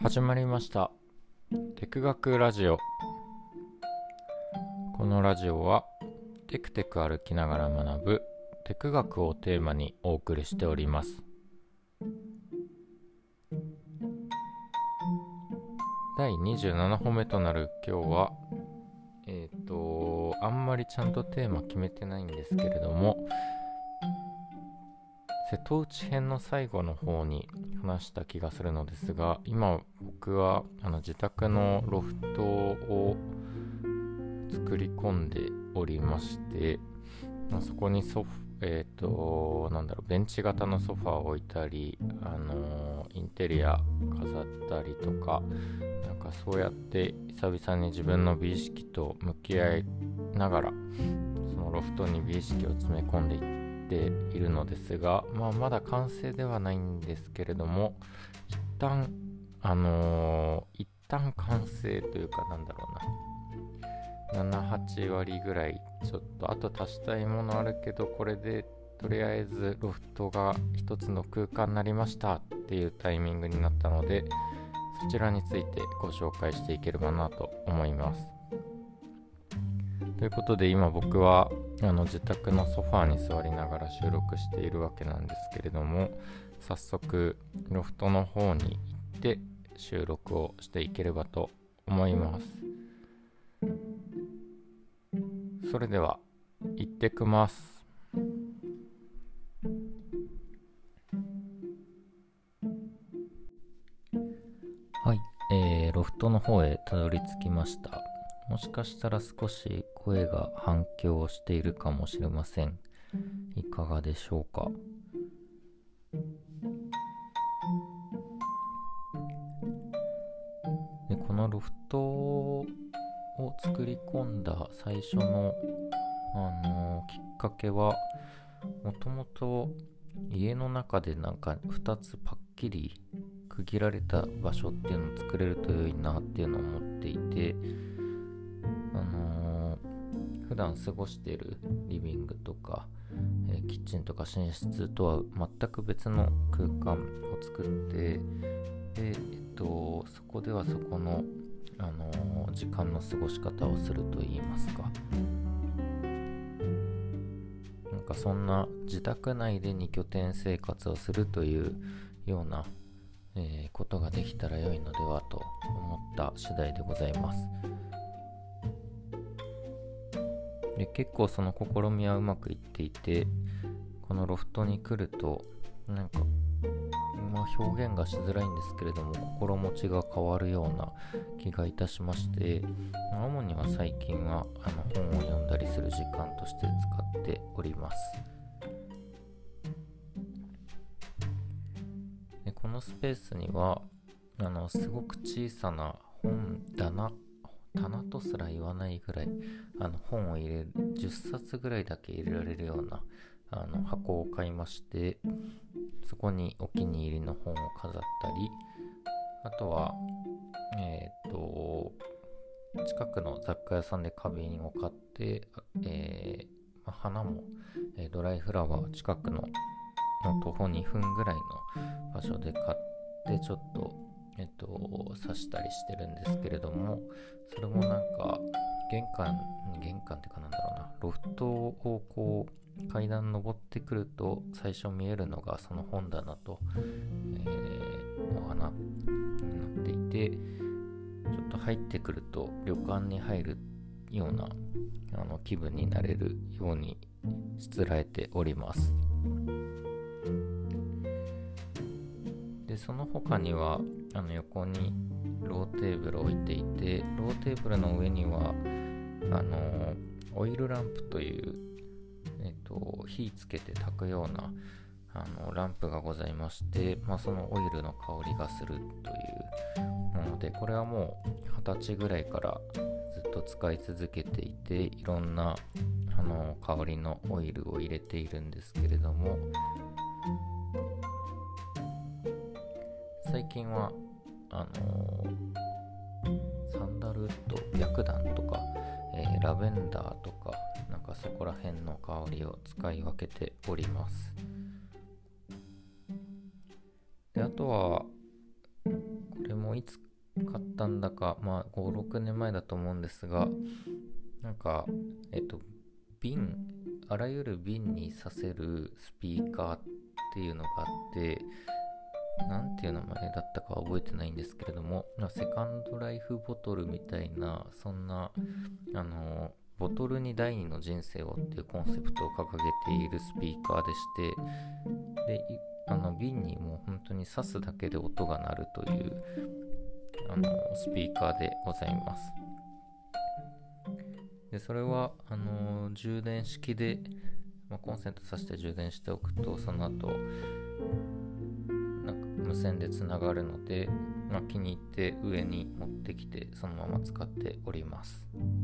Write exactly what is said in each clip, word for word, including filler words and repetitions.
始まりましたテク学ラジオ。このラジオはテクテク歩きながら学ぶテク学をテーマにお送りしております。だいにじゅうななほんめとなる今日はえっ、とあんまりちゃんとテーマ決めてないんですけれども、瀬戸内編の最後の方に話した気がするのですが、今僕はあの自宅のロフトを作り込んでおりまして、そこにソフえっ、となんだろうベンチ型のソファーを置いたり、あのーインテリア飾ったりとか、なんかそうやって久々に自分の美意識と向き合いながらそのロフトに美意識を詰め込んでいってているのですが、まあ、まだ完成ではないんですけれども、一旦あのー、一旦完成というか、なんだろうな、なな、はちわりぐらいちょっとあと足したいものあるけど、これでとりあえずロフトが一つの空間になりましたっていうタイミングになったので、そちらについてご紹介していければなと思います。ということで、今僕はあの自宅のソファーに座りながら収録しているわけなんですけれども、早速ロフトの方に行って収録をしていければと思います。それでは行ってきます。はい、えー、ロフトの方へたどり着きました。もしかしたら少し声が反響しているかもしれません。いかがでしょうか。で、このロフトを作り込んだ最初の、あのー、きっかけは、もともと家の中でなんかふたつパッキリ区切られた場所っていうのを作れるといいなっていうのを思っていて、あのー、普段過ごしているリビングとか、えー、キッチンとか寝室とは全く別の空間を作って、で、えっと、そこではそこの、あのー、時間の過ごし方をするといいますか、なんかそんな自宅内でに拠点生活をするというような、えー、ことができたら良いのではと思った次第でございます。で、結構その試みはうまくいっていて、このロフトに来るとなんか、まあ、表現がしづらいんですけれども、心持ちが変わるような気がいたしまして、主には最近はあの本を読んだりする時間として使っております。で、このスペースにはあのすごく小さな本棚棚とすら言わないぐらい、あの本を入れるじゅっさつぐらいだけ入れられるようなあの箱を買いまして、そこにお気に入りの本を飾ったり、あとはえっ、ー、と近くの雑貨屋さんで花瓶を買って、えーまあ、花も、えー、ドライフラワー近くのの徒歩にふんぐらいの場所で買って、ちょっとえっと刺したりしてるんですけれども、それもなんか玄関玄関っていうか、なんだろうな、ロフトをこう階段登ってくると最初見えるのがその本棚と、えー、お花になっていて、ちょっと入ってくると旅館に入るようなあの気分になれるようにしつらえております。で、その他にはあの横にローテーブルを置いていて、ローテーブルの上にはあのオイルランプという、えっと、火つけて焚くようなあのランプがございまして、まあ、そのオイルの香りがするというもので、これはもうはたちぐらいからずっと使い続けていて、いろんなあの香りのオイルを入れているんですけれども、最近はあのサンダルウッド、白檀とか、えー、ラベンダーとか、なんかそこら辺の香りを使い分けております。で、あとはこれもいつ買ったんだか、まあご、ろくねんまえだと思うんですが、なんかえっと瓶、あらゆる瓶にさせるスピーカーっていうのがあって、なんていう名前だったか覚えてないんですけれども、セカンドライフボトルみたいな、そんなあのボトルに第二の人生をっていうコンセプトを掲げているスピーカーでして、であの瓶にもう本当に挿すだけで音が鳴るというあのスピーカーでございます。でそれはあの充電式で、まあ、コンセント挿して充電しておくと、その後なんか無線でつながるので、まあ、気に入って上に持ってきてそのまま使っております。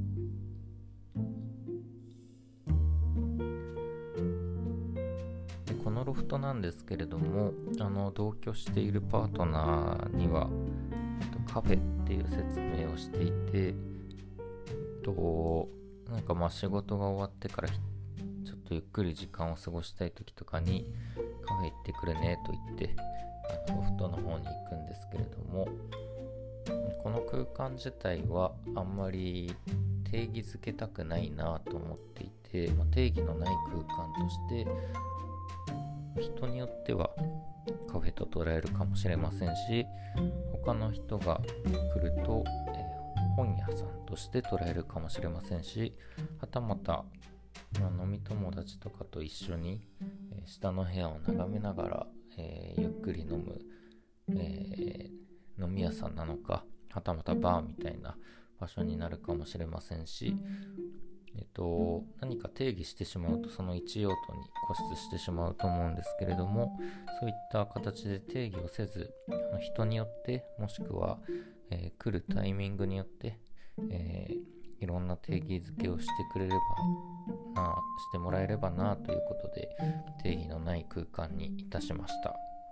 でこのロフトなんですけれども、あの同居しているパートナーにはカフェっていう説明をしていて、となんかまあ仕事が終わってからちょっとゆっくり時間を過ごしたい時とかにカフェ行ってくるねと言ってあのロフトの方に行くんですけれども、この空間自体はあんまり定義づけたくないなと思っていて、まあ、定義のない空間として人によってはカフェと捉えるかもしれませんし、他の人が来ると、えー本屋さんとして捉えるかもしれませんし、はたまた、まあ、飲み友達とかと一緒に、えー、下の部屋を眺めながら、えー、ゆっくり飲む、えー、飲み屋さんなのか、はたまたバーみたいな場所になるかもしれませんし、えっと、何か定義してしまうとその一用途に固執してしまうと思うんですけれども、そういった形で定義をせず、あの人によってもしくは、えー、来るタイミングによって、えー、いろんな定義づけをしてくれればな、してもらえればなということで定義のない空間にいたしました。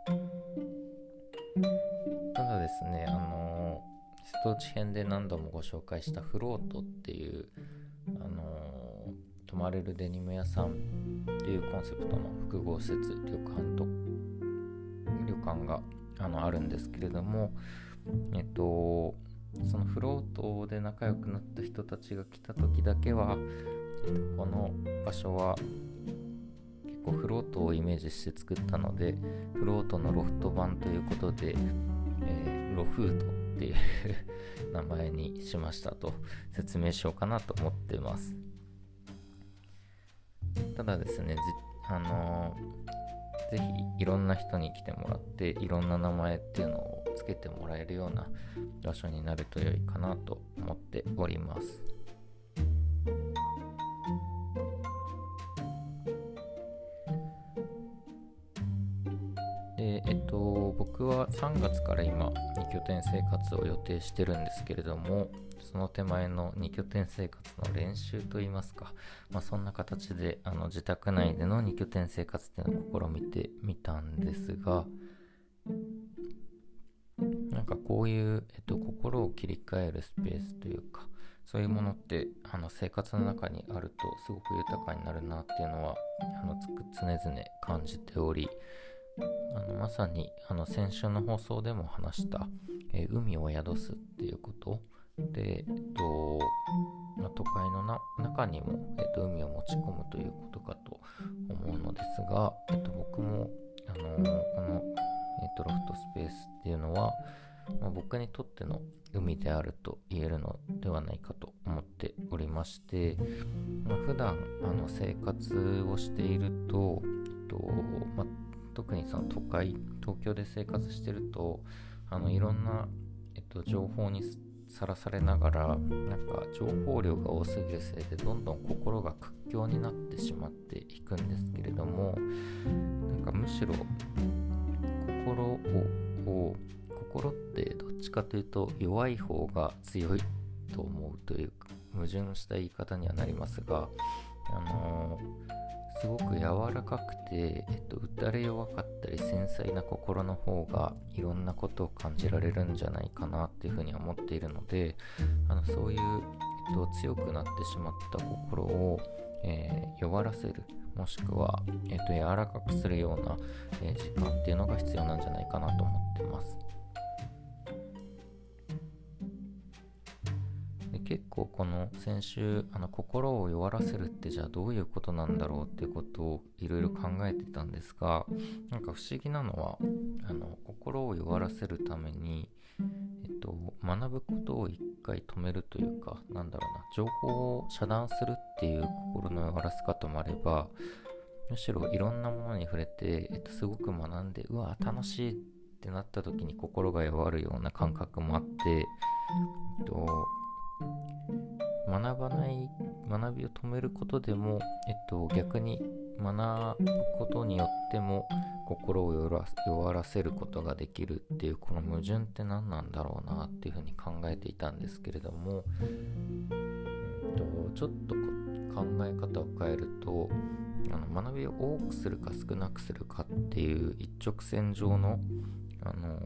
ただですね、あのー、瀬戸内編で何度もご紹介したフロートっていうあのー、泊まれるデニム屋さんっていうコンセプトの複合施設、旅館と旅館が あのあるんですけれども、えっとそのフロートで仲良くなった人たちが来た時だけは、えっと、この場所は結構フロートをイメージして作ったので、フロートのロフト版ということで、えー、ロフートっていう名前にしましたと説明しようかなと思っています。ただですね、あのー、ぜひいろんな人に来てもらっていろんな名前っていうのをつけてもらえるような場所になると良いかなと思っております。で、えっと、僕はさんがつから今に拠点生活を予定してるんですけれども、その手前のに拠点生活の練習といいますか、まあ、そんな形であの自宅内でのに拠点生活っていうのを試みてみたんですが、なんかこういう、えっと、心を切り替えるスペースというか、そういうものってあの生活の中にあるとすごく豊かになるなっていうのはあのつく常々感じており、あのまさにあの先週の放送でも話した、えー、海を宿すっていうことで、えっとまあ、都会のな中にも、えっと、海を持ち込むということかと思うのですが、えっと、僕も、あのー、この、えっと、ロフトスペースっていうのは、まあ、僕にとっての海であると言えるのではないかと思っておりまして、まあ、普段あの生活をしていると、えっとまあ、特にその都会東京で生活してるとあのいろんな、えっと、情報にさらされながら、なんか情報量が多すぎるせいでどんどん心が屈強になってしまっていくんですけれども、なんかむしろ心をを心ってどっちかというと弱い方が強いと思うという矛盾した言い方にはなりますが、あのー、すごく柔らかくて、えっと、打たれ弱かったり繊細な心の方がいろんなことを感じられるんじゃないかなっていうふうに思っているので、あのそういう、えっと、強くなってしまった心を、えー、弱らせる、もしくは、えっと、柔らかくするような、えー、時間っていうのが必要なんじゃないかなと思ってます。 構この先週あの心を弱らせるってじゃあどういうことなんだろうっていうことをいろいろ考えてたんですが、なんか不思議なのはあの心を弱らせるために、えっと、学ぶことを一回止めるというか、なんだろうな、情報を遮断するっていう心の弱らせ方もあれば、むしろいろんなものに触れて、えっと、すごく学んで、うわ楽しいってなった時に心が弱るような感覚もあって、えっと、学ばない学びを止めることでも、えっと、逆に学ぶことによっても心を弱らせることができるっていう、この矛盾って何なんだろうなっていうふうに考えていたんですけれども、えっと、ちょっと考え方を変えると、あの学びを多くするか少なくするかっていう一直線上の、あの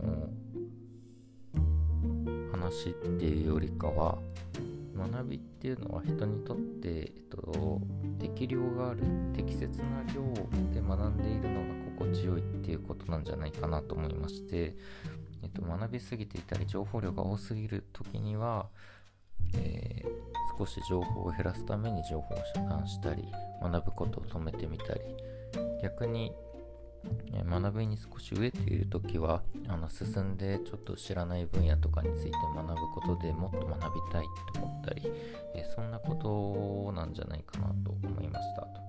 ー、話っていうよりかは、学びっていうのは人にとって、えっと、適量がある、適切な量で学んでいるのが心地よいっていうことなんじゃないかなと思いまして、えっと、学びすぎていたり情報量が多すぎる時には、えー、少し情報を減らすために情報を遮断したり、学ぶことを止めてみたり、逆に学びに少し飢えているときはあの進んでちょっと知らない分野とかについて学ぶことでもっと学びたいと思ったり、えー、そんなことなんじゃないかなと思いましたと。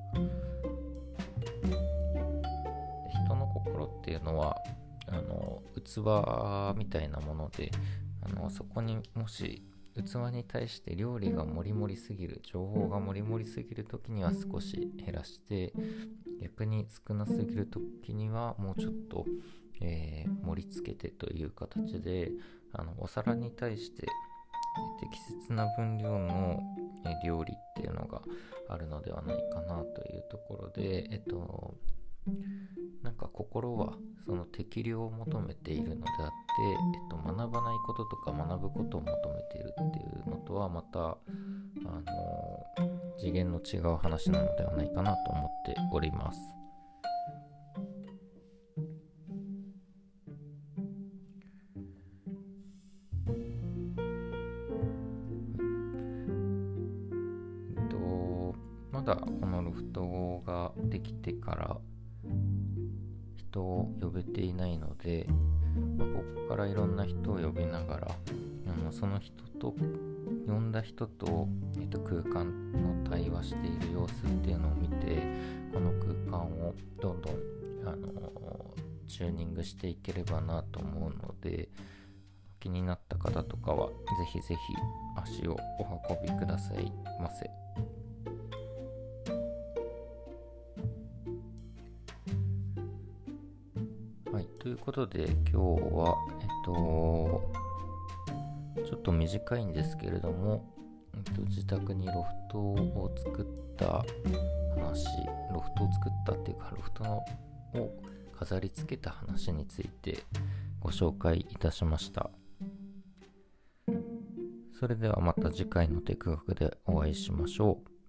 人の心っていうのはあの器みたいなもので、あのそこにもし器に対して料理がもりもりすぎる、情報がもりもりすぎるときには少し減らして、逆に少なすぎるときにはもうちょっと、えー、盛り付けてという形で、あのお皿に対して適切な分量の料理っていうのがあるのではないかなというところで、えっとなんか心はその適量を求めているのであって、えっと、学ばないこととか学ぶことを求めているっていうのとはまたあの次元の違う話なのではないかなと思っております。えっとまだこのロフトができてから人を呼べていないので、まあ、ここからいろんな人を呼びながら、あのその人と呼んだ人と、えっと、空間の対話している様子っていうのを見て、この空間をどんどん、あのー、チューニングしていければなと思うので、気になった方とかはぜひぜひ足をお運びくださいませ。はい、ということで今日はえっとちょっと短いんですけれども、えっと、自宅にロフトを作った話、ロフトを作ったっていうかロフトのを飾り付けた話についてご紹介いたしました。それではまた次回のテク学でお会いしましょう。